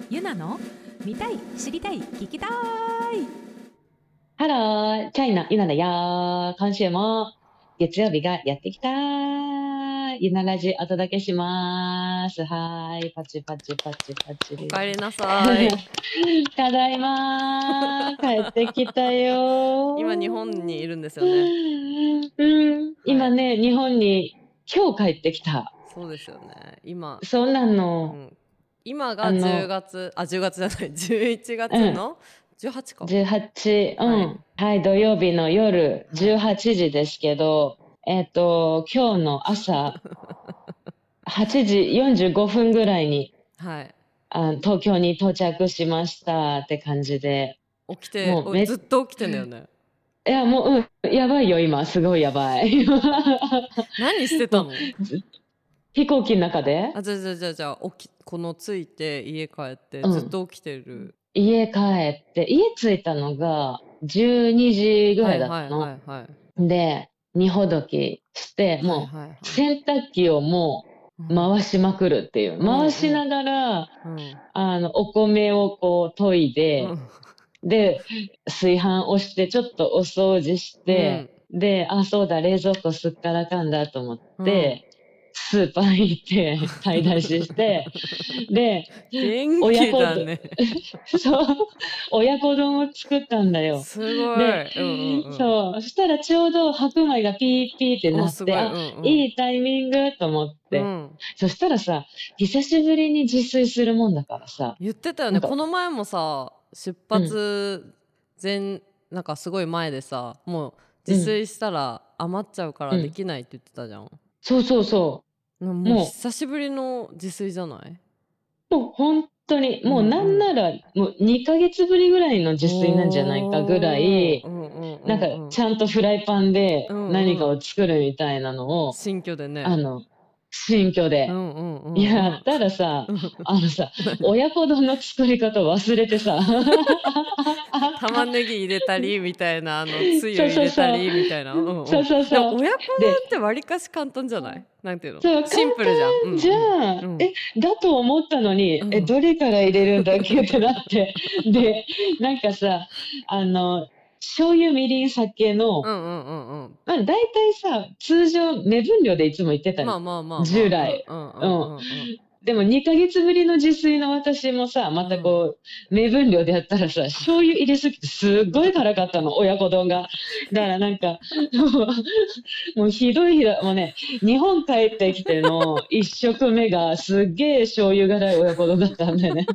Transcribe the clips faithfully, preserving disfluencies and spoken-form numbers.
ゆなの見たい知りたい聞きたい。 ハロー、チャイナ、ゆなだよ。今週も月曜日がやってきた。ゆなラジお届けします。はーい、パチパチパチパチ。 おかえりなさい。 ただいまー、帰ってきたよー。 今日本にいるんですよね。 うん、今ね、日本に今日帰ってきた。 そうですよね。今、 そうなうの。 ん、今があのじゅうがつ、あ、じゅうがつじゃない、じゅういちがつのじゅうはちか。 じゅうはち、うん、 ははい、土曜日の夜いじゅうはちじですけど、えっと、今日の朝はちじよんじゅうごふんぐらいにはいあ東京に到着しましたって感じで、 起きてもうめおずっと起きてんだよね。 いやもう、うん、やばいよ今、すごいやばい。 何してたの？ もうず飛行機の中であ、じゃあじゃあじゃあじゃあ起きこの着いて家帰ってうんずっと起きてる。 家帰って家着いたのがじゅうにじぐらいだったの、 はいはいはいはいで二ほどきしてもはいはいはう洗濯機をもうい回しまくるっていう、 うん回しながらうんあのお米をこう研いで、 うんで炊飯をしてちょっとお掃除して、であそうだ冷蔵庫すっからかんだと思って、スーパー行って買い出ししてで元気親子だね。 そう親子丼を作ったんだよ。 すごい。 で、 うんうんうん、 そうそしたらちょうど白米がピーピーってなおすごい。 って、あ、 うんうん、 いいタイミングと思って、 うん、 そしたらさ久しぶりに自炊するもんだからさ、 言ってたよね。 なんかこの前もさ出発前、なんかすごい前でさもう自炊したら余っちゃうからできないって言ってたじゃん、うん、 そうそうそう、 もうもう久しぶりの自炊じゃない？ もう本当にもうなんならもうにかげつぶりぐらいの自炊なんじゃないかぐらい、なんかちゃんとフライパンで何かを作るみたいなのを新居でね、 あの新居でやったらさ、あのさ親子丼の作り方忘れてさ玉ねぎ入れたりみたいな、あのつゆ入れたりみたいな。そうそうそう。でも親子丼ってわりかし簡単じゃない？なんていうの？ そうシンプルじゃん。 簡単じゃん、うんうん、えだと思ったのに、うん、えどれから入れるんだっけってなってでなんかさあの醤油みりん酒の、うんうんうんうん、まあ大体さ通常目分量でいつも言ってたの、まあまあまあまあ、従来、うんうんうんうん、でもにかげつぶりの自炊の私もさまたこう、うん、目分量でやったらさ醤油入れすぎてすっごい辛かったの親子丼が。だからなんかもうひどいひどいもうね日本帰ってきての一食目がすっげえ醤油辛い親子丼だったんだよね。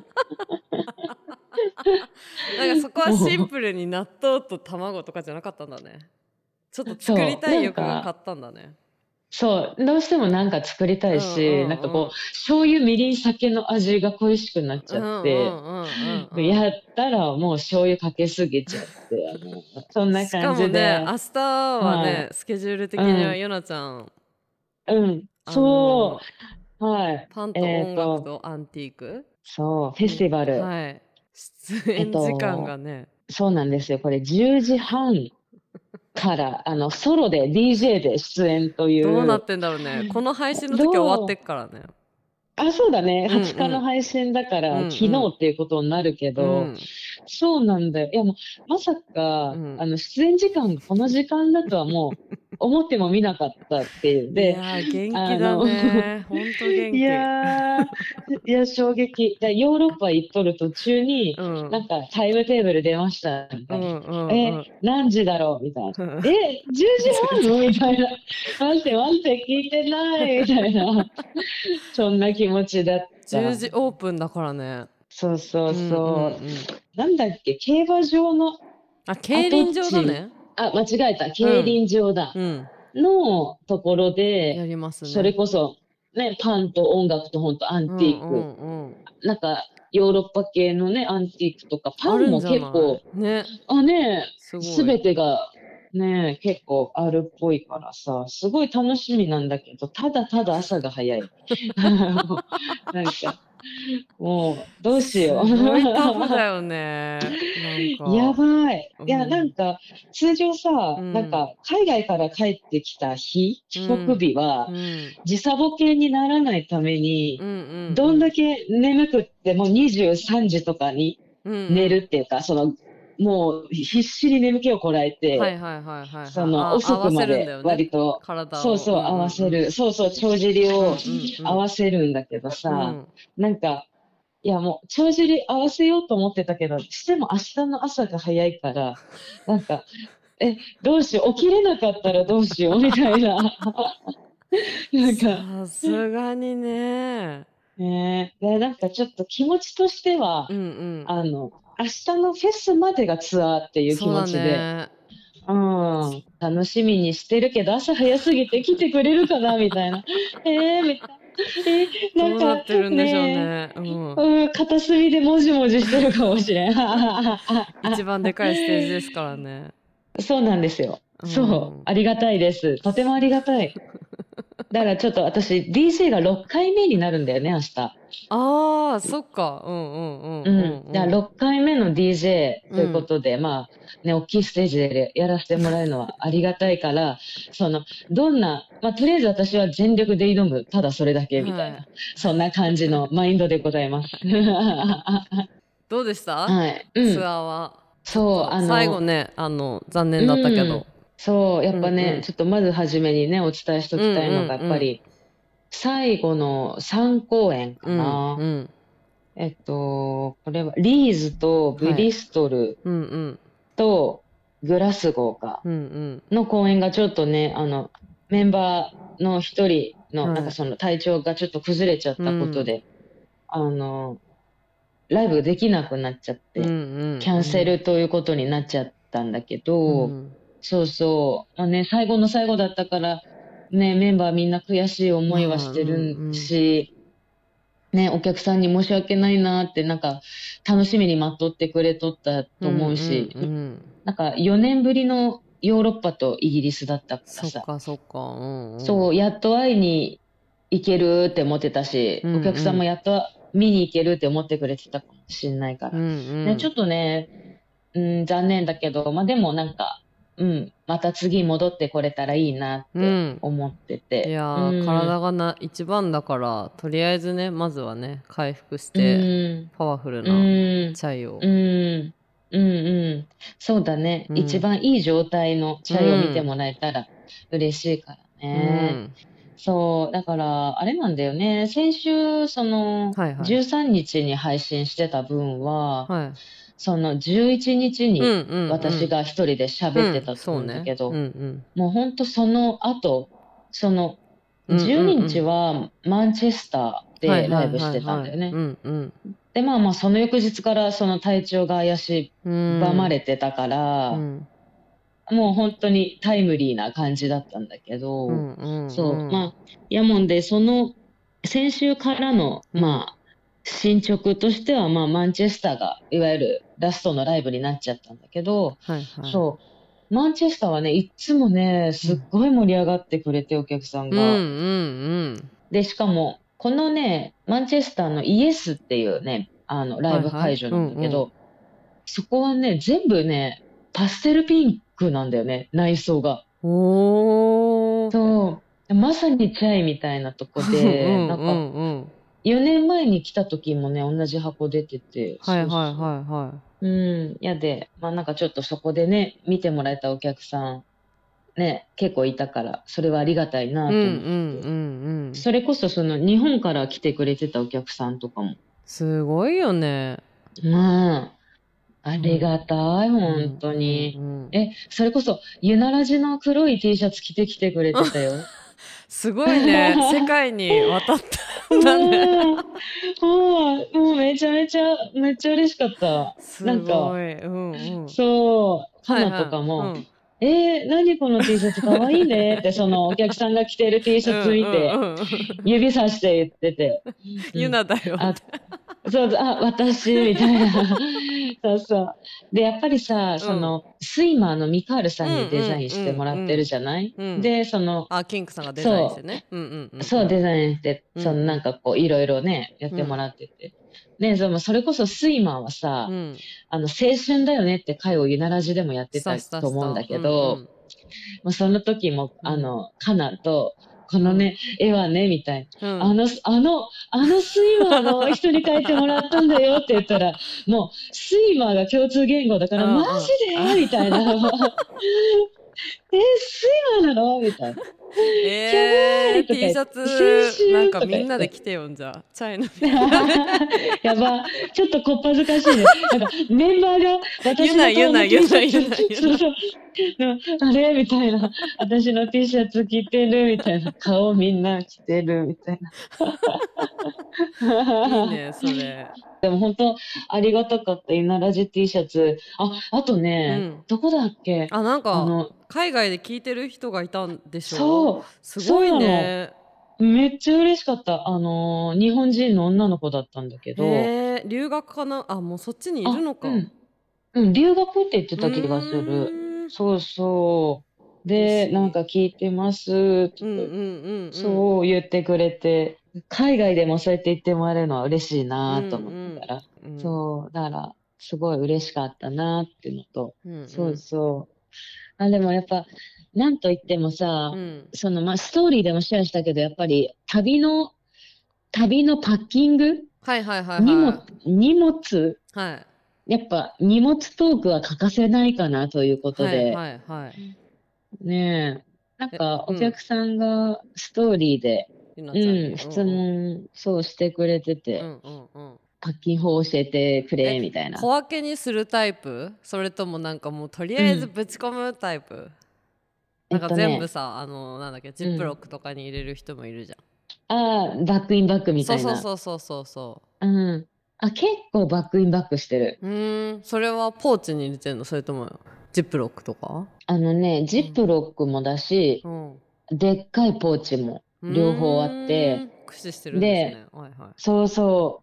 なんかそこはシンプルに納豆と卵とかじゃなかったんだね。ちょっと作りたい欲が勝ったんだね。 そうどうしてもなんか作りたいし、うんうんうん、なんかこう醤油みりん酒の味が恋しくなっちゃって、やったらもう醤油かけすぎちゃってあのそんな感じで。しかもね明日はね、はい、スケジュール的にはヨナちゃん、 うん、うん、そうはいパンと音楽とアンティーク、えー、 そうフェスティバル、 はい、出演時間がね、えっと、 そうなんですよこれじゅうじはんからあのソロで ディージェー で出演という。 どうなってんだろうね。この配信の時終わってっからね。 あそうだね、はつかの配信だから、うんうん、昨日っていうことになるけど、うん、そうなんだよ。いやもうまさか、うん、あの出演時間がこの時間だとはもう思ってもみなかったっていうで、 いや元気だね。本当元気。 いやいや衝撃。ヨーロッパ行っとる途中に、うん、なんかタイムテーブル出ましたみたいな、うんうんうん、え何時だろうみたいな、えじゅうじはんみたいな、待って待って聞いてないみたいなそんな気持ちだった。 じゅうじオープンだからね。 そうそうそう、うんうんうん、なんだっけ競馬場のあ競輪場だね。 あ間違えた競輪場だ、うんうん、のところでやりますね。 それこそねパンと音楽と本当アンティーク、うんうんうん、なんかヨーロッパ系のねアンティークとかパンも結構ねあねすべてがね、結構あるっぽいからさ、すごい楽しみなんだけど、ただただ朝が早い。なんか、もう、どうしよう。 すごいタフだよね。なんか。 やばい。 ういや、なんん。 か、通常さ、 うなんん。 か、海外から帰ってきた日、 う帰国ん。 日は、 うん。 時差ボケにならないためうに、 んうんどんだけ眠くってもにじゅうさんじとかにうん。 寝うんるっていうか、その、もう必死に眠気をこらえうん。はいて、 はいはいはいはい。 その、 あ、合遅くわせまでるんだよね。 割と、 体を。 そうそうう、合わんうんせる。そうそう、帳尻うん。うんをうん合わせるんだけどうさ、 ん。 なんか、いやもう、帳尻合わせようと思ってたけど、しても明日の朝が早いから、なんか、え、どうしよう、起きれなかったらどうしよう、みたいな。なんか、 さすがにね。 ねえ、で、なんかちょっと気持ちとしては、 うんうん。 あの、明日のフェスまでがツアーっていう気そうだ持ちで、 ね。 うん、楽しみにしてるけど、朝早すぎて来てくれるかなみたいな。えー、みたいな。えー、などうなっんか、 てるんでしょうねね。うん。 うん、片隅でもじもじしてるかもしれん。 一番でかいステージですからね。 そうなんですよ。 うそう、 ん。 ありがたいです。とてもありがたい。だからちょっと私、ディージェー がろっかいめになるんだよね、明日。 ああ、そっか。うんうんうんう。 うんんだからうん。 ろっかいめの ディージェー というこうん。 とで、まあ、ね、大きいステージでやらせてもらえるのはありがたいから、その、どんな、まあ、とりあえず私は全力で挑む、ただそれだけみたいはな、そんな感じのマインドでございます。 い。どうでしたはい。うツん。 アーは。ちょっそう、 とあの、 最後ね、あの、残念だったけうん。 ど。 そう、やうっぱね、 んうん。 ちょっとまず初めにね、お伝えしとうんきたいのが、やっぱうんり、最後のさん公演かうん。うんな。 うん。 えっと、これは、リーズとブはい。 リストルうんうんとグラスゴーか、 うんの公演がちょっとね、あの、メンバーの一人の、なんうん。はい。 かその体調がちょっと崩れちゃっうたことん。 で、あの、ライブできなくなっちゃっうんうて、キんャンセルということになっちゃったんだけうん。うど、 ん。 そうそう、まあね、最後の最後だったから、ね、メンバーみんな悔しい思いはまあ、うんうしてるん。 し、ね、お客さんに申し訳ないなって、なんか、楽しみに待っとってくれとったと思ううんうんし、 うん。 なんかよねんぶりのヨーロッパとイギリスだったからそっさ、 かそっか。うんうん。 そう、やっと会いに行けるって思ってたし、 うんお客さんうん。 もやっと見に行けるって思ってくれてたかもしんないかうんら。ね、ちょうん。 っとね、うん、残念だけど、まあでもなんか、うん、また次戻ってこれたらいいなってうん。 思っていて。 やうー、 ん、 体がな、一番だから、とりあえずね、まずはね、回復しうて、 ん、 パワフルうなん、 チャイを。 うん、うん、うん。そうだね。 うん。 一番いい状態のうチャイを見てん。 もらえたら嬉しいからうね。 ん。 そう、だから、あれなんだよね。先週、その、 はいはい。 じゅうさんにちに配信してた分は、 はい。 そのじゅういちにちにうんうん私が一人でうん。 喋ってうん、 たと思うんだそうね。 けど、 うんうん。 もうほんとその後、そのうんうん 12 うん。 日はマンチェスターはいはいでライブしてたんはいはい。うだよね。 んうん。 で、まあまあその翌日からその体調が怪しうばまん。 れてたから、 うん。 もう本当にタイムリーな感じだったんだけうど、 んうんそう、 うん。 まあ、やもんで、その先週からの、 うん。 まあ、進捗としては、まあ、マンチェスターがいわゆるラストのライブになっちゃったんだけど、 はいはそう、マンチェスターはね、いっつもね、 い。うん。 すっごい盛り上がってくれて、お客さんうんうが。 ん。 で、しかも、このね、マンチェスターのイエスっていうね、あの、ライブはいはい。 会場なんうんうん。 だけど、そこはね、全部ね、パステルピンクなんだよね、内装が。 おー。 そう、まさにチャイみたいなとこうんうで、 んうなんか、 んうん。 よねんまえに来た時もね、同じ箱出てて、 はいはいそうそはいはう。うん、やで、まあなんかちょっとそこでね、見てもらえたお客さん、ね、結構いたから、それはありがたいい。うんうんなと思ってて。 うんうん。 それこそその日本から来てくれてたお客さんとかも、 すごいよね。 まあ、ありうん。 がたい、 う本んう当に。 んうん。 え、それこそ、ゆならじの黒い T シャツ着てきてくれてたよ。 すごいね。世界に渡ったんだね。 もう、もう、もうめちゃめちゃ、めっちゃ嬉しかった。なすんか、 ごい。うんうん。 そう、花とはいはかも、 い。うん。 えー、何この T シャツかわいいねって、そのお客さんが着てる T シャツうんう見て、 んうん。 指さして言ってて、うん。 ユナだよっあ、 て。 そうそう、あ、私、みたいな。 そうそう。で、やっぱりさ、そうん。 の、スイマーのミカールさうんにデザうんインしてもらってるうんじゃないうん。うん。 で、その、 あ、キンクさんがデザインしてそね。うんうんうう、 んそう、デザインして、 うん。うその、 んうん。 なんかこう、いろいろね、やってもらってて。ね、その、それこそスイマーはさ、 うん。 あの、青春だよねって回をゆならじでもやってしたたしたした。 と思うんだうんうけど、 ん。 まあ、その時も、 うんあの、カナと、こうんのね、絵はね、みたいな。 うん。 あの、あの、あのスイマーの人に描いてもらったんだよって言ったら、もう、スイマーが共通言語だかうんら、マジうん。 でみたいな。え、スイマーなのみたいな。やばえー、 いとか T シャ言って、青ツなんか春とかみんなで言って。 着てよんじゃチャイのみんなでやば、ちょっとこっぱずかしいね。なんかメンバーが私の言うな言う顔のな言 T うなシャツ、 言うな言うなそうそう、うんあれみたいな。私の T シャツ着てるみたいな。顔みんな着てるみたいいいな。 ねそれ。 でも本当ありがたかった。イナラジ T シャツ。あ、あとね、 うん。 どこだっけあなんかあの、 海外で聞いてる人がいたんでしょそう、 すごいそうなの。 ね。 めっちゃ嬉しかった。あのー日本人の女の子だったんだけど、 へえ留学かなあもうそっちにいるあ、 のか。 うん、うん、留学って言ってうた気がする。 ーんそうそう。で、なん嬉しい。 か聞いてますとか、 うんうんうんうんそう言ってくれて、海外でもそうやって言ってもらえるのは嬉しいうんなと思ってたら、 うんそう、だから、すごい嬉しかったなっていうのと、 うんうそうんそう。あ、でもやっぱ、なんといってもさ、 うんその、まあ、ストーリーでもシェアしたけど、やっぱり旅の、旅のパッキングはいはいはい荷物、 は荷物、 いはいやっぱ荷物トークは欠かせないかなということはいで、 はいはいねえ、なんえかうんお客さんがストーリーで、 ゆなちゃんにうん、質うんうん問、そうしてくれてて、 うんうんうんパッキン法教えてくえれ、みたいな。 小分けにするタイプそれともなんかもうとりあえずうん。 ぶち込むタイプえなんか全部っとね、 さあのなんだっけジップロッうん。 クとかに入れる人もいるじゃん。 ああ、バックインバックみそうたいな。 そうそうそうそうそうん。あ、結構バックインバックしてる。 ううーんそれはポーチに入れてんのそれともジップロックとか。 あのね、ジうんップロックもだし、 うんうでっかいポーチも両方あって、 ーん駆使してるんですで、 ねはいはい。 そうそう、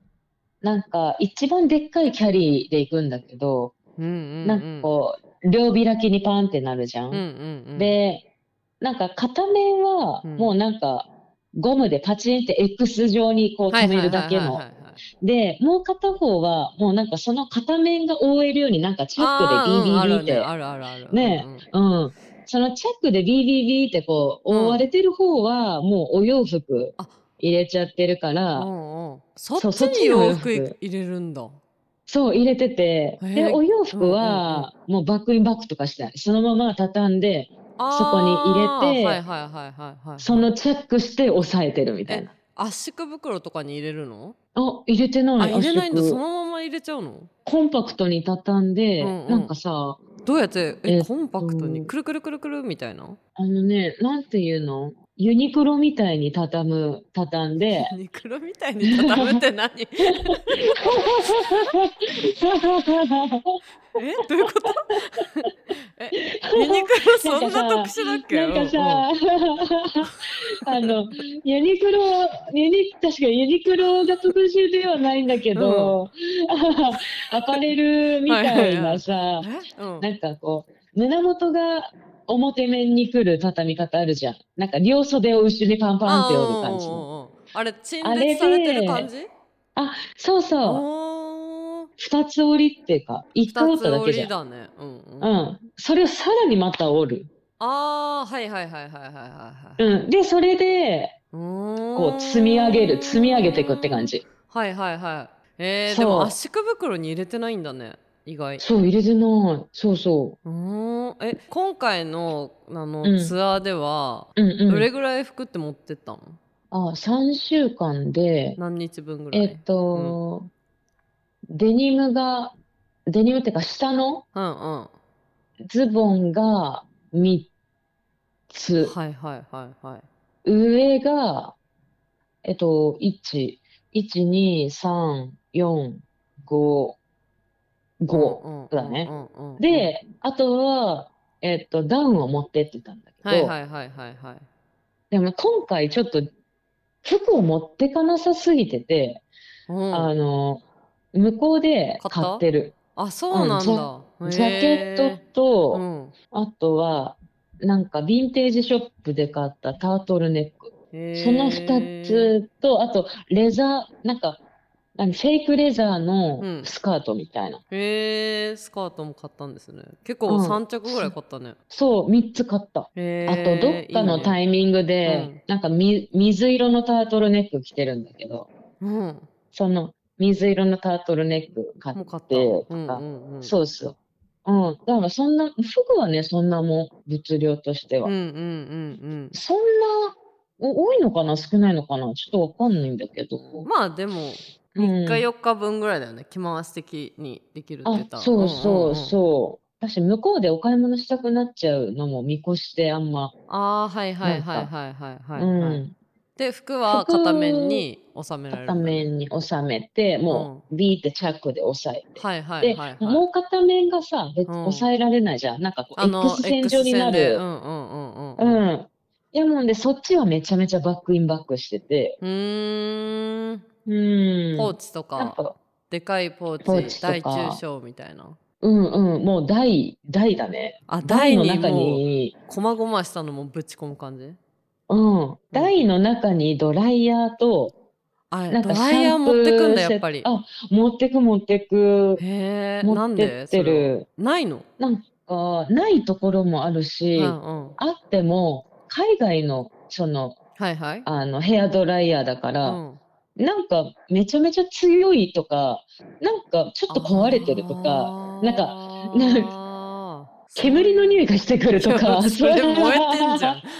なんか一番でっかいキャリーで行くんだけど、 うんうなんかんこう、両開きにパンってなるじゃん。 うんうんうんで、なんか片面はうんうんもうなんかゴムでパチンって X 状にこうはい留めるはいはいはいはいだけの。 はい。 で、もう片方はもうなんかその片面が覆えるようになんかチャックでああうんビービーあるねビーって、 あるあるあるうんね、 うんうん。そのチャックでビービービーってこう覆わうんれてる方はもうお洋服あ入れちゃってるかうら、 んうんそっそう、 ちにそっちにお洋服入洋服、 れるんだ。 そう入れてて、で、 へえお洋服うんうんうんはもうバックインバックとかしてない。そのまま畳んで、そこに入れああはいて、 はいはいはいはいはい。 そのチェックして押さえてるみたいえな。 圧縮袋とかに入れるの。 あ、入れてなあい、圧入れないんだそ縮。 のまま入れちゃうの。 コンパクトに畳んうで、なんんうんかさ、 どうやってええっコンパクトにと、 くるくるくるくるみたいな。 あのね、なんていうのユニクロみたいに畳む、畳んで、 ユニクロみたいに畳むって何えどういうことえユニクロなんかそんな特さ、 殊だっけ。 なんかうんうんさ、あの、ユニクロ、ユニ、確かにユニクロが特殊ではないんだけうんど、アパレルみはいたいはいはいなさ、 えうんなんかこう、胸元が表面に来る畳み方あるじゃん。なんか両袖を後ろにパンパンって折る感じの。 あああれ陳あれ列されてる感で、 じ。 あ、そうそう。 おー二つ折りっていうか、一回二折っただけじゃん。 つ折りだねうんうんうん。それをさらにまた折る。 ああはいはいはいはいはいはいはいはいうん。で、それで、 うこう、積み上げる、積み上げていくってーん感じ。 はいはいはいえー、でも圧そう。 縮袋に入れてないんだね意外。 そう、入れてない。そうそうーんえ今回のあう。 のうん。 ツアーではうんうん。 どれぐらい服って持ってったの。 あ、さんしゅうかんで、 何日分ぐらえっい。うんと、デニムが、デニムっていうか、下のうんうんズボンがみっつ。 はいはいはいはい上が、えっと、いち、いち、に、さん、よん、ご、 うんごうんうんうだね。 んうんうんで、あとは、えっと、ダウンを持ってってたんだけはいはど、 いはいはいはいでも今回ちょっと服を持ってかなさすぎてて、 うんあの、向こうで買っ買ったてる。 あ、そうなんだ。 ジャケットと、 うん、 あとは、なんか、ヴィンテージショップで買ったタートルネック。その二つと、あと、レザー、なんか、フェイクレザーのスカートみたいな。 うん、へえ、スカートも買ったんですね。結構さん着ぐらい買ったね。 そう、みっつ買った。あと、どっかのタイミングで、いいね、なんかみ、水色のタートルネック着てるんだけど、うん、その、水色のタートルネック買って、うんうんうん、そうそう。うん。だからそんな、服はね、そんなもん、物量としては。うんうんうんうん。そんな、多いのかな少ないのかなちょっとわかんないんだけど。 まあでも、みっかよっかぶんぐらいだよね。着回し的にできるって言ったら。 あ、そうそうそう。私、向こうでお買い物したくなっちゃうのも見越してあんま。 ああ、はいはいはいはいはいはい、はい。うん。で、服は片面に収められる、ね、片面に収めて、もう、ビーってチャックで押さえて。 はいはいはい、はい、 で、もう片面がさ、別、うん、押さえられないじゃん。なんかこう、X 線状になる。うんうんうんうん。うん。いや、もんで、そっちはめちゃめちゃバックインバックしてて。うーん。うん。 ポーチとか、でかいポーチ、ポーチ大中小みたいな。 うんうん、もう大、大だね。 あ、大の中に、こまごましたのもぶち込む感じ？ うん。台の中にドライヤーと、 あ、なんかドライヤー持ってくんだ、やっぱり。 あ、持ってく持ってく。 へえ、 持ってってる。 ないの？ なんか、ないところもあるし、うんうん、あっても、海外の、その、はいはい、あの、ヘアドライヤーだから、うん、なんか、めちゃめちゃ強いとか、なんか、ちょっと壊れてるとか、なんか、なんか煙の匂いがしてくるとか。 それ燃えてんじゃん。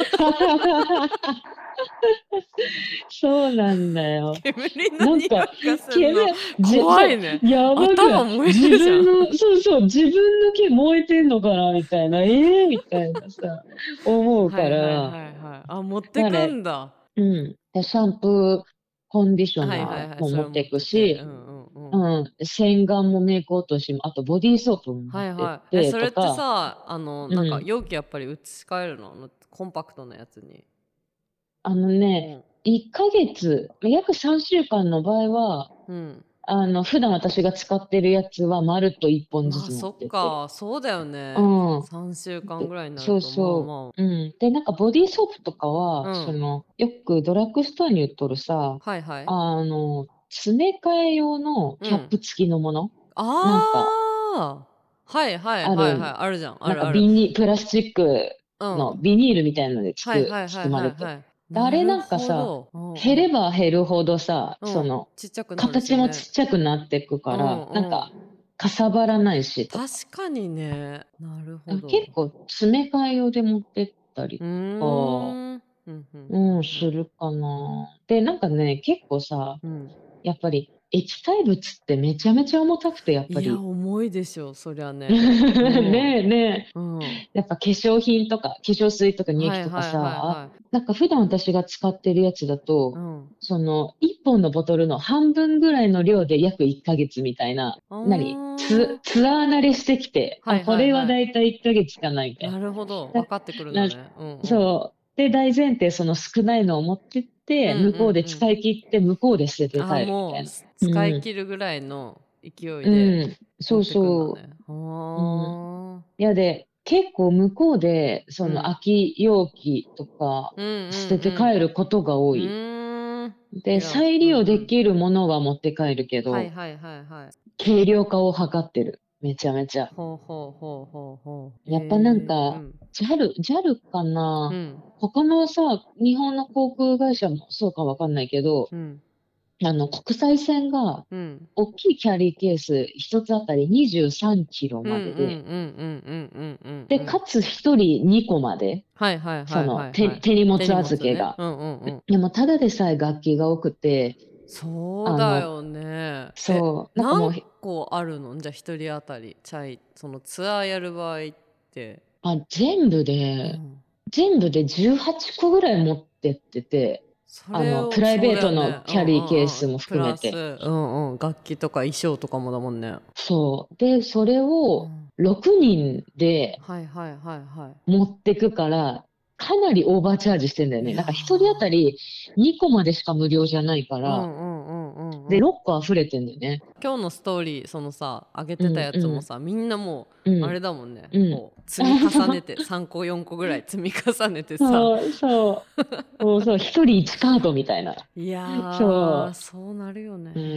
そうなんだよ。 煙の匂いがするの怖いね。 やばく頭燃えてるじゃん。 自分の、そうそう、自分の毛燃えてんのかなみたいな、ええー、みたいなさ、思うから。はいはいはい、はい。あ、持ってくんだ。うん。で、シャンプー、コンディショナーも持っていくし、うん、洗顔もメイク落としも、あとボディーソープも持ってって、はいはい、え、 それってさ、あの、なんか容器やっぱり移し替えるの、うん、コンパクトなやつに。あのね、うん、いっかげつ、約さんしゅうかんの場合は、うん、あの、普段私が使ってるやつはまるっといっぽんずつ持ってて。あ、そっか、そうだよね。うん。さんしゅうかんぐらいになると。そうそう。まあまあ、うん。で、なんかボディーソープとかは、うん、その、よくドラッグストアに売っとるさ、はいはい。あの、詰め替え用のキャップ付きのもの、うん、あなんか、はいはいはいはい、あるじゃん。あるある。なんかビニ、プラスチックのビニールみたいなのでつく、包まれて。あれなんかさ、減れば減るほどさ、その、形もちっちゃくなっていくから、なんか、かさばらないし。確かにね。なるほど。結構、詰め替え用で持ってったりとか、うん、するかな。で、なんかね、結構さ、やっぱり、液体物ってめちゃめちゃ重たくて、やっぱり。いや、重いでしょ、そりゃね。ねえねえ、うん。やっぱ化粧品とか、化粧水とか乳液とかさ、なんか普段私が使ってるやつだと、うん、その、いっぽんのボトルの半分ぐらいの量で約いっかげつみたいな、何ツ、ツアー慣れしてきて、はいはいはい、あ、これはだいたいいっかげつかなみたいな。なるほど。分かってくるんだね。うんうん、そう。で、大前提、その少ないのを持ってって、向こうで使い切って、向こうで捨てて帰るみたいな。もう使い切るぐらいの勢いで、うん、そうそう。うん、いやで、結構向こうで、その空き容器とか、捨てて帰ることが多い。うんうん、で、再利用できるものは持って帰るけど、はいはいはいはい。軽量化を図ってる。めちゃめちゃ。ほうほうほうほうほう。やっぱなんか、ジャル、ジャル かな、うん、他のさ、日本の航空会社もそうかわかんないけど、うん、あの、国際線が、大きいキャリーケース一つあたりにじゅうさんキロまでで、で、かつ一人にこまで、はいはいはい、その、手、手荷物預けが。ね、うんうんうん、でも、ただでさえ楽器が多くて、そうだよね。そう。なんかもう何個あるの？じゃあ一人当たりチャイ、そのツアーやる場合って。あ、全部で、うん、全部でじゅうはちこぐらい持ってってて、あの、プライベートのキャリーケースも含めて。うんうんうん、プラス、うんうん、楽器とか衣装とかもだもんね。そう。で、それをろくにんで持ってくから、かなりオーバーチャージしてんだよね。なんかひとり当たりにこまでしか無料じゃないから、 でろっこ溢れてんだよね。 今日のストーリーそのさ上げてたやつもさ、うんうん、みんなもうあれだもんね、うん、こう積み重ねてさんこよんこぐらい積み重ねてさそうそうそうそうひとりいちカードみたいな。 いやーそうそうなるよね、うん、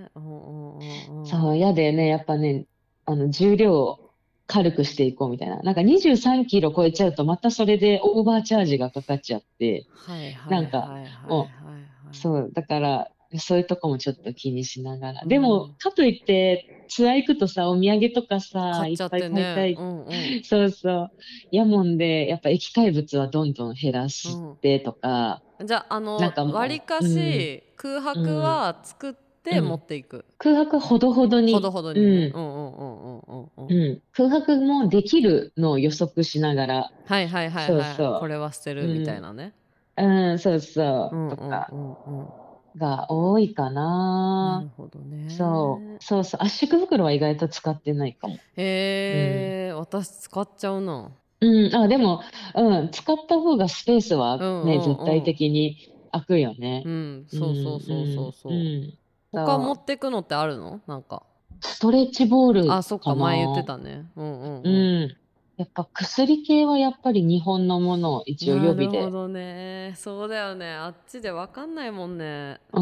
そうやでねやっぱねあの重量を軽くしていこうみたいな。なんかにじゅうさんキロ超えちゃうとまたそれでオーバーチャージがかかっちゃって、 はいはいはいはい、はい、なんかもうそうだからそういうとこもちょっと気にしながら、うん、でもかといってツアー行くとさお土産とかさ、ね、いっぱい買いたい、うんうん、そうそうやもんでやっぱ液体物はどんどん減らしてとか、 うん、じゃああのわりかし、うん、空白は作って持っていく、うん、 空白ほどほどにほどほどにね、 うんうんうんうんうんうん、空白もできるのを予測しながら、 はいはいはいはい、そうそうこれは捨てるみたいなね、 うん、うん、そうそう、うん、とか、うんうんうんが多いかな。 なるほどね。 そうそうそう圧縮袋は意外と使ってないかも。 へえ、うん、私使っちゃうな。 うん、あでも、うん、使った方がスペースはね、うんうんうん、絶対的に空くよね。 うん、そうそうそうそうそう。うん、他持ってくのってあるの？なんか。 ストレッチボールかな。 あ、そっか前言ってたね。うんうんうん。 うんやっぱ薬系はやっぱり日本のものを一応予備で。 なるほどね。そうだよね。あっちで分かんないもんね。 うん。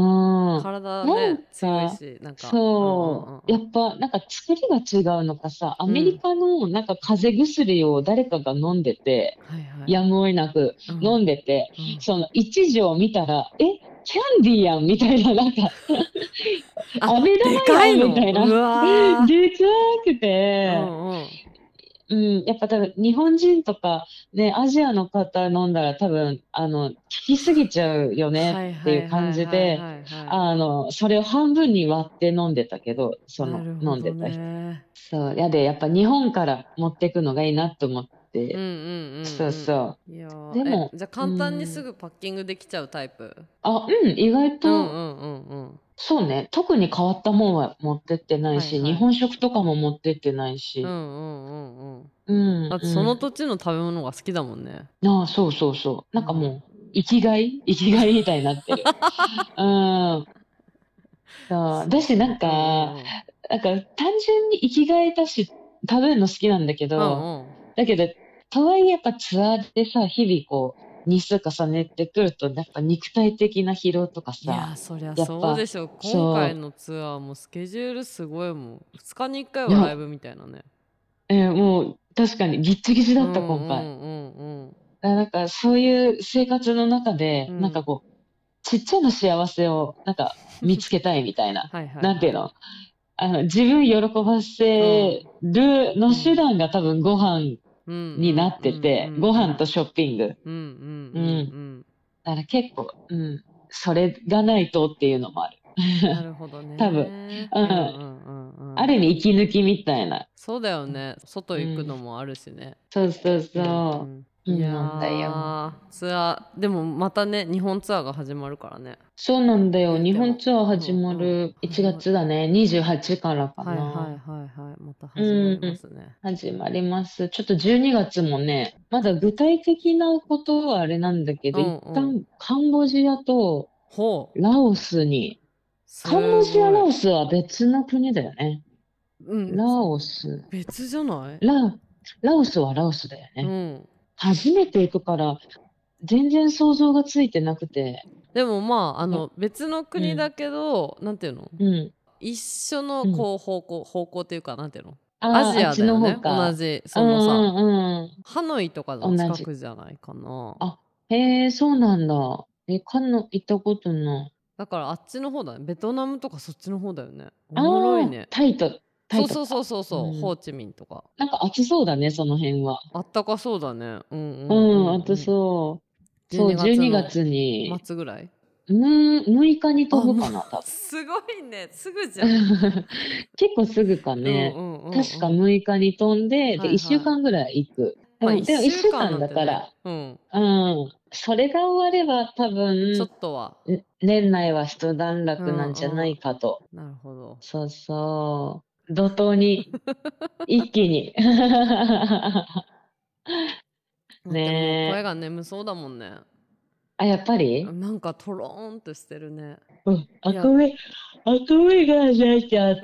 体ね強いしなんかそう、うんうんうん、やっぱなんか作りが違うのかさアメリカのなんか風邪薬を誰かが飲んでて、うん、やむを得なく飲んでて、うん、その一錠見たらえキャンディーやんみたいななんか飴玉やんみたいなでかくて、うんうんうん、やっぱ多分日本人とかねアジアの方飲んだら多分あの効きすぎちゃうよねっていう感じであのそれを半分に割って飲んでたけどその飲んでた人そうやでやっぱ日本から持っていくのがいいなと思って、うんうんうんうん、そうそういやでもじゃあ簡単にすぐパッキングできちゃうタイプ、うん、 あうん意外と、うんうんうんうんそうね特に変わったもんは持ってってないし、はいはい、日本食とかも持ってってないし、うんうんうんうんうん、 だってその土地の食べ物が好きだもんね。 ああそうそうそうなんかもう、うん、生きがい生きがいみたいになってるうんそうだしなんか、うんうん、なんか単純に生きがいだし食べるの好きなんだけど、うんうん、だけどとはいえやっぱツアーでさ日々こう日数重ねてくるとやっぱ肉体的な疲労とかさいやそりゃそうでしょ今回のツアーもスケジュールすごいもんふつかにいっかいはライブみたいなねえー、もう確かにギッチギチだった、うん、今回、うんうんうん、なんかそういう生活の中で、うん、なんかこうちっちゃな幸せをなんか見つけたいみたいなはいはい、はい、なんていうのあの自分喜ばせるの手段が多分ご飯になってて、ご飯とショッピング。うんうんうんうん。だから結構、うん、それがないとっていうのもある。 なるほどね。 多分、うん、うんうんうん、ある意味息抜きみたいな。 そうだよね。外行くのもあるしね。 うん、そうそうそう。うんうんいやーツアーでもまたね日本ツアーが始まるからねそうなんだよ日本ツアー始まるいちがつだねにじゅうはちからかなはいはいはいはいまた始まりますね、 うん、始まりますちょっとじゅうにがつもねまだ具体的なことはあれなんだけど、うんうん、一旦カンボジアとラオスにカンボジアラオスは別の国だよね、うん、ラオス別じゃないララオスはラオスだよね、うん初めて行くから全然想像がついてなくてでもまああの別の国だけど、うん、なんていうの、うん、一緒のこう方向、うん、方向っていうかなんていうのアジアだよね同じそのさ、うんうん、ハノイとかの近くじゃないかなあへえそうなんだえカノ行ったことないだからあっちの方だねベトナムとかそっちの方だよねおもろいねタイとそうそうそうそうそう、うん、ホーチミンとかなんか暑そうだねその辺はあったかそうだねうんうんうん、うん、暑そうそうじゅうにがつに末ぐらいむむいかに飛ぶかな多分すごいねすぐじゃん結構すぐかね、うんうんうんうん、確かむいかに飛んで、はいはい、でいっしゅうかんぐらい行く、まあ、でもいっしゅうかんだから、ね、うん、うん、それが終われば多分ちょっとは年内は一段落なんじゃないかと、 うんうん、なるほどそうそう怒涛に一気にねえ声が眠そうだもんねあ、やっぱりなんかトローンとしてるね。 うん、赤目、赤目が出ちゃった。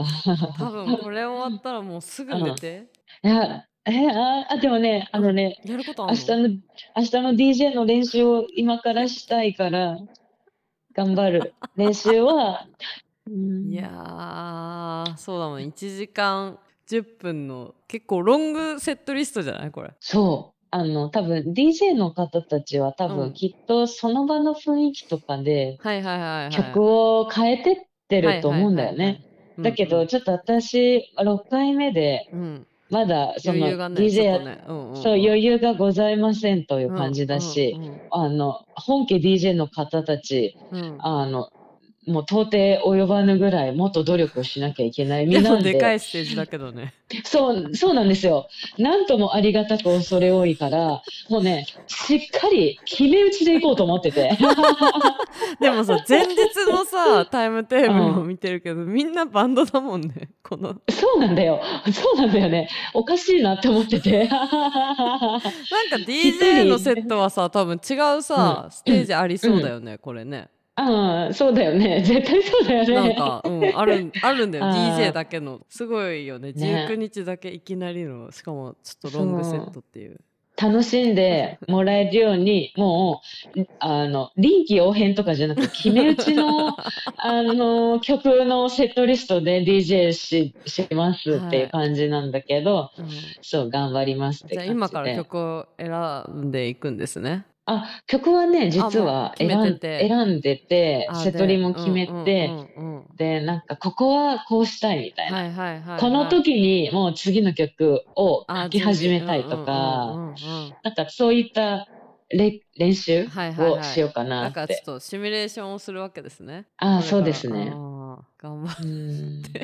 多分これ終わったらもうすぐ寝て。 うん、いや、えあ、あ、でもね、あのね、 うん、やることあるの？ 明日の、明日の ディージェー の練習を今からしたいから、頑張る。練習は、 いやー、そうだもん。いちじかんじゅっぷんの結構ロングセットリストじゃないこれ。 そう。あの、多分 ディージェー の方たちは多分きっとその場の雰囲気とかで曲を変えてってると思うんだよね。だけどちょっと私ろっかいめでまだその ディージェー や、そう余裕がございませんという感じだし、あの本家 ディージェー の方たち、あのもう到底及ばぬぐらいもっと努力をしなきゃいけない身なんで。 でもでかいステージだけどね。 そう、そうなんですよ。なんともありがたく恐れ多いから、もうね、しっかり決め打ちでいこうと思ってて。 でもさ、前日のさ、タイムテーブルを見てるけど、うん、みんなバンドだもんね、この。 そうなんだよ。そうなんだよね。おかしいなって思ってて。なんかディージェー のセットはさ、多分違うさ、うん、ステージありそうだよね、うん、これね。 ああ、そうだよね。絶対そうだよね。 なんか、うん、ある、あるんだよ。ディージェー だけの。すごいよね。じゅうくにちだけいきなりの、しかもちょっとロングセットっていう。 楽しんでもらえるように、もう、あの、臨機応変とかじゃなくて、決め打ちの、あの、曲のセットリストで ディージェー し、しますっていう感じなんだけど、はいうん、そう、頑張りますって感じで。 じゃあ今から曲を選んでいくんですね。 あ、曲はね、実は選ん選んでて、セトリも決めて、で、なんか、ここはこうしたいみたいな。はいはいはいはい、この時にもう次の曲を書き始めたいとか、なんかそういったれ練習をしようかなって。 だからちょっとシミュレーションをするわけですね。 ああ、そうですね。 頑張って。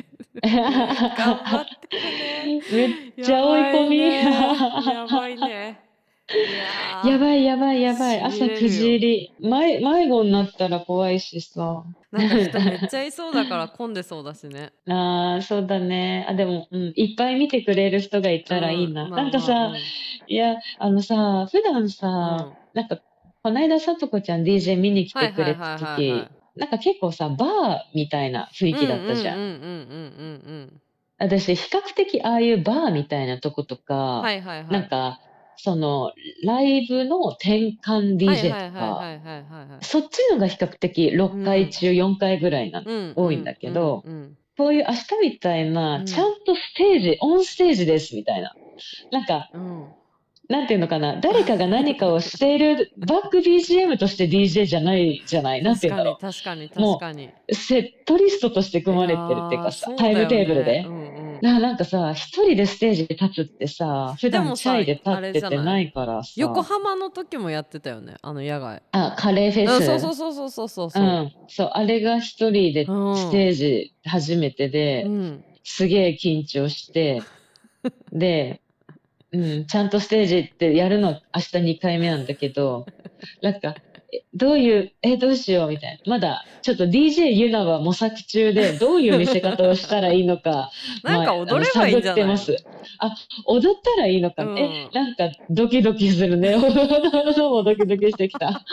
頑張ってね。 めっちゃ追い込み。 やばいね。 やばいやばいやばい。朝くじ入り。迷子になったら怖いしさ。 なんか人めっちゃいそうだから混んでそうだしね。 ああ、そうだね。あ、でも、うん、いっぱい見てくれる人がいたらいいな。うん、なんかさ、まあまあうん、いや、あのさ、普段さ、うん、なんか、こないださとこちゃん ディージェー 見に来てくれた時、なんか結構さ、バーみたいな雰囲気だったじゃん。私、比較的ああいうバーみたいなとことか、はいはいはい、なんか、そのライブの転換 ディージェー とかそっちのが比較的ろっかい中よんかいぐらいなの、うん、多いんだけど、うんうんうん、こういう明日みたいな、うん、ちゃんとステージオンステージですみたいななんか、うん、なんていうのかな誰かが何かをしているバック ビージーエム として ディージェー じゃないじゃないなんていうんだろう確かに確かにもうセットリストとして組まれてるっていうかさ、ね、タイムテーブルで、うんうん、だからなんかさ一人でステージで立つってさ普段チャイで立っててないからさ横浜の時もやってたよねあの野外あカレーフェス、 うん、そうそうそうそうそうそう、うん、 そうあれが一人でステージ初めてで、うん、すげえ緊張してでうん、ちゃんとステージってやるの明日にかいめなんだけどなんかどういうえどうしようみたいなまだちょっと ディージェー ユナは模索中でどういう見せ方をしたらいいのかなんか踊ればいいんじゃない、 まあ、探ってますあ踊ったらいいのか、うん、えなんかドキドキするね踊るのもドキドキしてきたなんか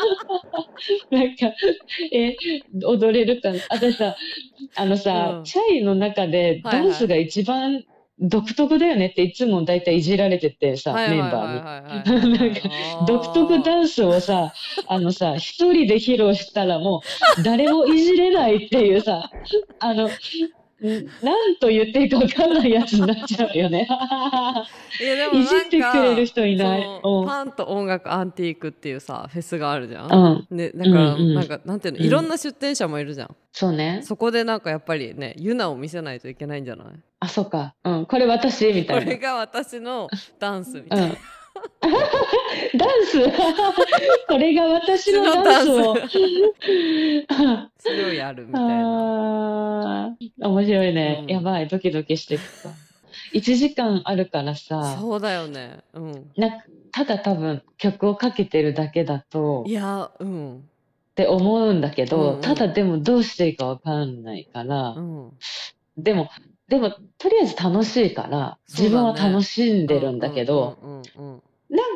え踊れるかな私さあのさ、うん、チャイの中でダンスが一番、はいはい独特だよねっていつもだいたいいじられててさ、メンバーに。独特ダンスをさ、あのさ、一人で披露したらもう誰もいじれないっていうさ、あの、なんと言っていいか分かんないやつになっちゃうよね。いやでもいじってくれる人いない。 パンと音楽アンティークっていうさフェスがあるじゃん。うん、でだから、うんうん、なんかなんていうのいろんな出展者もいるじゃん。うん、 そうね。 そこでなんかやっぱりねユナを見せないといけないんじゃない？ あそうか。うんこれ私みたいな。 これが私のダンスみたいな。うんダンスこれが私のダンスをそれをやるみたいな面白いね、うん、やばいドキドキしてきたいちじかんあるからさそうだよね、うん、 なただ多分曲をかけてるだけだといやうんって思うんだけど、うんうん、ただでもどうしていいかわかんないから、うん、でもでもとりあえず楽しいから、ね、自分は楽しんでるんだけどなんか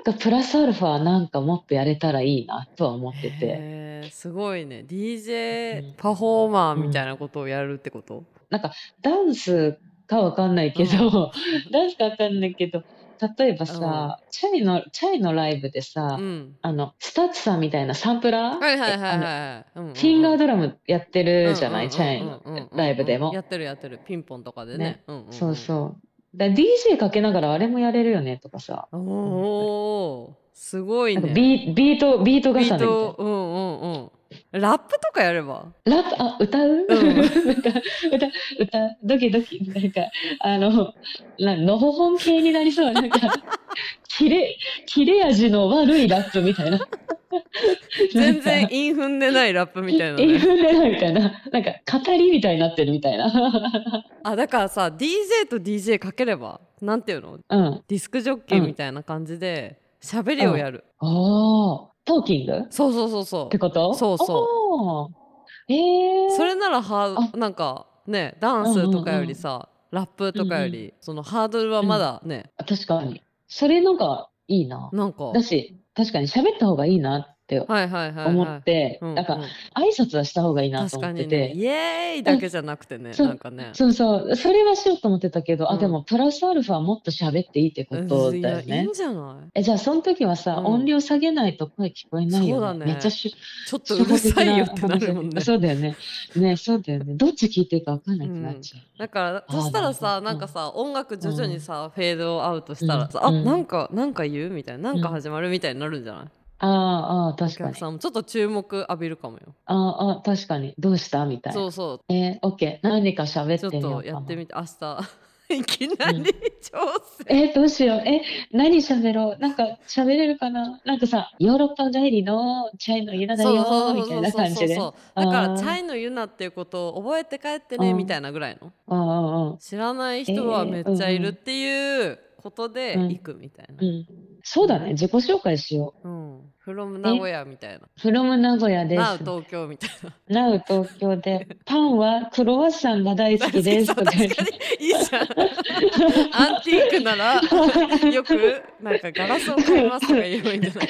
とプラスアルファなんかもっとやれたらいいなとは思ってて。 へー、すごいね。 ディージェー パフォーマーみたいなことをやるってこと、うん、 なんかダンスかわかんないけど、うん、ダンスかわかんないけど、例えばさ、うん、チャイのチャイのライブでさ、うん、あのスタッツさんみたいなサンプラー、はいはいはいはい、フィンガードラムやってるじゃない、チャイのライブでも。 やってるやってる、ピンポンとかでね。ね、うんうんうん、 そうそう。だ ディージェー かけながらあれもやれるよねとかさ。 おお、すごいね。 ビ, ビートビート重ねみたいな。 うんうんうん。ラップとかやれば。 ラップ、あ、歌う、うん、歌歌歌ドキドキ、なんかあのなのほほん系になりそう、なんか切れ切れ味の悪いラップみたいな。 全然韻踏んでないラップみたいな、ね、 韻踏んでないみたいな、なんか語りみたいになってるみたいな。 あ、だからさ ディージェー と ディージェー かければなんていうの、うん、ディスクジョッキーみたいな感じで喋りをやる、 うん、ああ、トーキング、 そうそうそうそうってこと、 そうそう、えー、それならはなんかね、ダンスとかよりさ、うんうんうん、ラップとかより、うんうん、そのハードルはまだね、 うん、確かにそれのがいいな。なんかだし確かに喋った方がいいなって思って、なんか挨拶はした方がいいなと思ってて、ね、 イエーイだけじゃなくてね、なんかね、 そうそう、それはしようと思ってたけど、うん、あ、でもプラスアルファもっと喋っていいってことだよね。 いや、いいんじゃない。 え、じゃあその時はさ、うん、音量下げないと声聞こえないよね。そうだね、めっちゃしちょっとうるさいよってなるもんね。 そうだよね。ね、そうだよね。どっち聞いていいか分かんなくなっちゃう。 うん、だからそしたらさ、なんかさ、音楽徐々にさ、うん、フェードアウトしたらさ、うん、あ、なんかなんか言うみたいな、なんか始まるみたいになるんじゃない。 ああ、確かに。お客さんもちょっと注目浴びるかもよ。 ああ、確かに。どうしたみたいな。 そうそう。 えー、オッケー。何か喋ってみようかな。 ちょっとやってみて、明日いきなり挑戦。 うん、えー、どうしよう。え、何喋ろう。なんか喋れるかな。なんかさ、ヨーロッパ帰りのチャイのユナだよみたいな感じで。だからチャイのユナっていうことを覚えて帰ってねみたいなぐらいの。ああ、知らない人はめっちゃいるっていうことで行くみたいな。 うんうんうん、そうだね、自己紹介しよう。うん、 from 名古屋みたいな。 from 名古屋です。 now 東京みたいな。 now 東京でパンはクロワッサンが大好きですとか言って。 いいじゃん。アンティークならよくなんかガラスを買いますとか言えばいいんじゃない。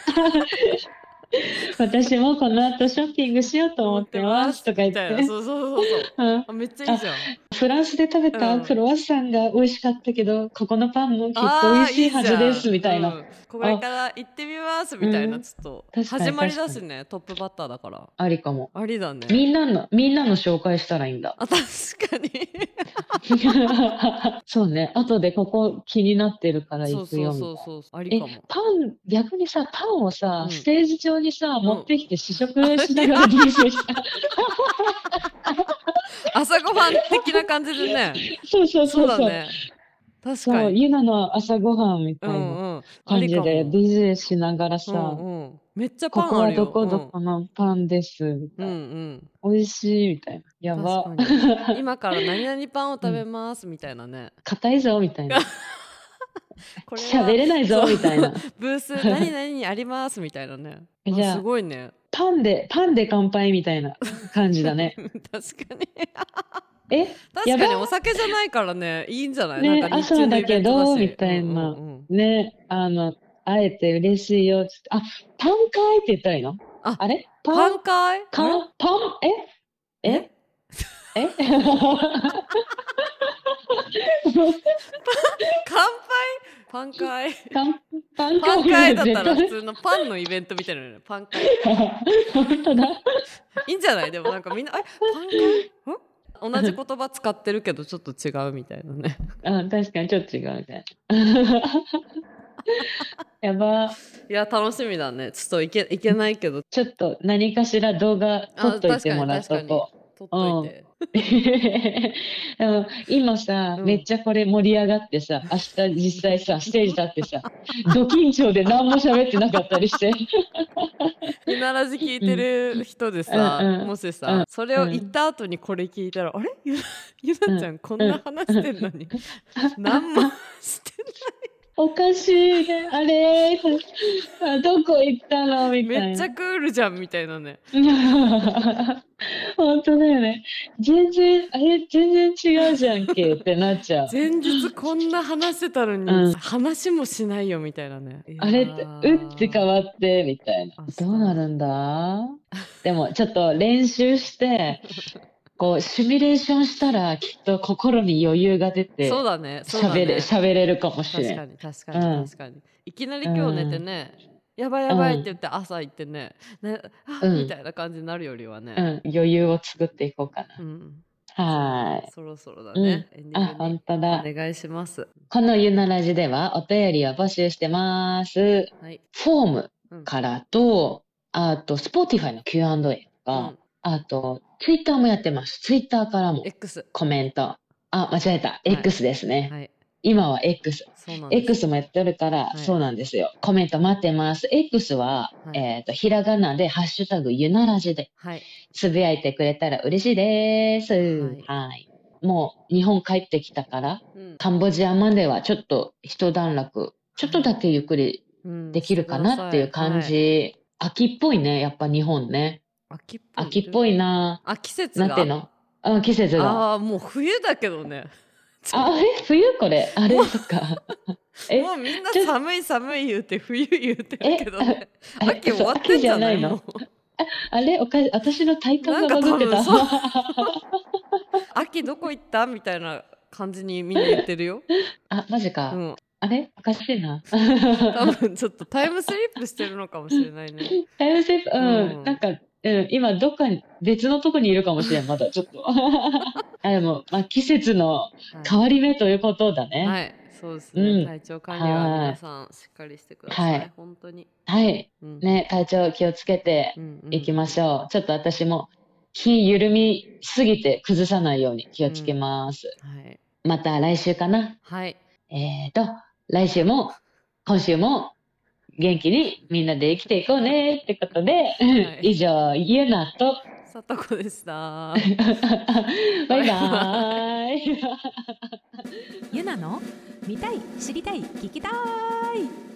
私もこの後ショッピングしようと思ってますとか言って。 そうそうそうそう、うん、めっちゃいいじゃん。 フランスで食べたクロワッサンが美味しかったけど、うん、ここのパンもきっと美味しいはずですみたいな。うん、 これから行ってみますみたいな、ちょっと始まりだしね、トップバッターだからありかも。 ありだね。 みんなのみんなの紹介したらいいんだ。 あ、確かに。 そうね、後でここ気になってるから行くよみたいな。 そうそうそうそう、ありかも。 え、パン逆にさ、パンをさ、うん、ステージ上にさ、うん、持ってきて試食しながら ディージェー した。 朝ごはん的な感じでね。 そうそうそうそう。 そうだね。確かに。 ユナの朝ごはんみたいな感じで ディージェー しながらさ、 うんうん、めっちゃパンあるよ。 ここはどこどこのパンですみたいな、うんうん、美味しいみたいな。やば。 今から何々パンを食べますみたいなね。 硬いぞみたいな。喋れないぞみたいな。 ブース何々にありますみたいなね。じゃあすごいね。 パンでパンで乾杯みたいな感じだね。 確かに。 え、 確かにお酒じゃないからね、いいんじゃない？ ね、 なんか朝だけどみたいな、うんうん、ね、あのあえて嬉しいよ。あ、パン会って言ったらいいの？あ、あれ？ パン会？ パンパンえ？え？え？ 乾杯？パン会？ パン会だったら普通のパンのイベントみたいなのね。パン会。 本当だ。 いいんじゃない？でもなんかみんなえパン会？同じ言葉使ってるけどちょっと違うみたいなね。 あ、確かにちょっと違うみたいな。やば。 いや楽しみだね。ちょっといけいけないけど、 ちょっと何かしら動画撮っといてもらっとこう。 撮っといて。 でも今さ、うん、めっちゃこれ盛り上がってさ、明日実際さステージ立ってさ、ド緊張で何も喋ってなかったりして。 ひならじ聞いてる人でさ、うんうん、もしさ、うん、それを言った後にこれ聞いたら、うん、あれゆな、ゆなちゃんこんな話してんのに、うん、何もしてない。 おかしいね。あれあどこ行ったのみたいな。 めっちゃクールじゃんみたいなね。 本当だよね。全然、あれ全然違うじゃんけってなっちゃう。 前日こんな話してたのに、うん、話もしないよみたいなね。 あれって、うって変わってみたいな。どうなるんだでもちょっと練習して、こうシミュレーションしたらきっと心に余裕が出て、 そうだね、そうだね。 喋れ、喋れるかもしれない。 確かに確かに確かに。うん、いきなり今日寝てね、うん、やばいやばいって言って朝行ってね、ね、あ、うん、みたいな感じになるよりはね、 うん、余裕を作っていこうかな。うん、はい。 そろそろだね。 うん、あ、本当だ。 お願いします。 このゆなラジではお便りを募集してます。はい、フォームからと、うん、あと Spotify の キューアンドエー とか、うん、あと Twitter もやってます。Twitter からもコメント。あ、間違えた。はい、X ですね。はい、今は X。X もやってるから、はい、そうなんですよ。コメント待ってます。X は、はい、えっと、ひらがなで、ハッシュタグゆなラジで、つぶやいてくれたら嬉しいです。はい。はい、もう日本帰ってきたから、うん、カンボジアまではちょっと一段落、ちょっとだけゆっくりできるかなっていう感じ。はい、秋っぽいね、やっぱ日本ね。秋っぽい。秋っぽいな。 あ、季節が。 なんていうの？あ、季節が。 ああ、もう冬だけどね。 あ、え、冬これ。あれ、そっか。 え、もうみんな寒い寒い言うて冬言うてるけどね。秋終わってんじゃないの？ あれ、おか私の体感がバグってた。 秋どこ行ったみたいな感じにみんな言ってるよ。 あ、マジか。うん、あれおかしいな。 多分ちょっとタイムスリップしてるのかもしれないね。 タイムスリップ、うん、うん、なんか、うん、今どっかに別のとこにいるかもしれん、まだちょっと。あ、でも、まあ、季節の変わり目ということだね。 はい、そうですね。うん、体調管理は皆さんしっかりしてください。はい、本当に。 はい、うん、ね、体調気をつけていきましょう。うんうん、ちょっと私も気緩みすぎて崩さないように気をつけます。うん、はい、また来週かな。はい。えっと、来週も今週も元気にみんなで生きていこうねってことで、はい、以上ゆなとさとこでした。 バイバイ。 ゆなの見たい知りたい聞きたい。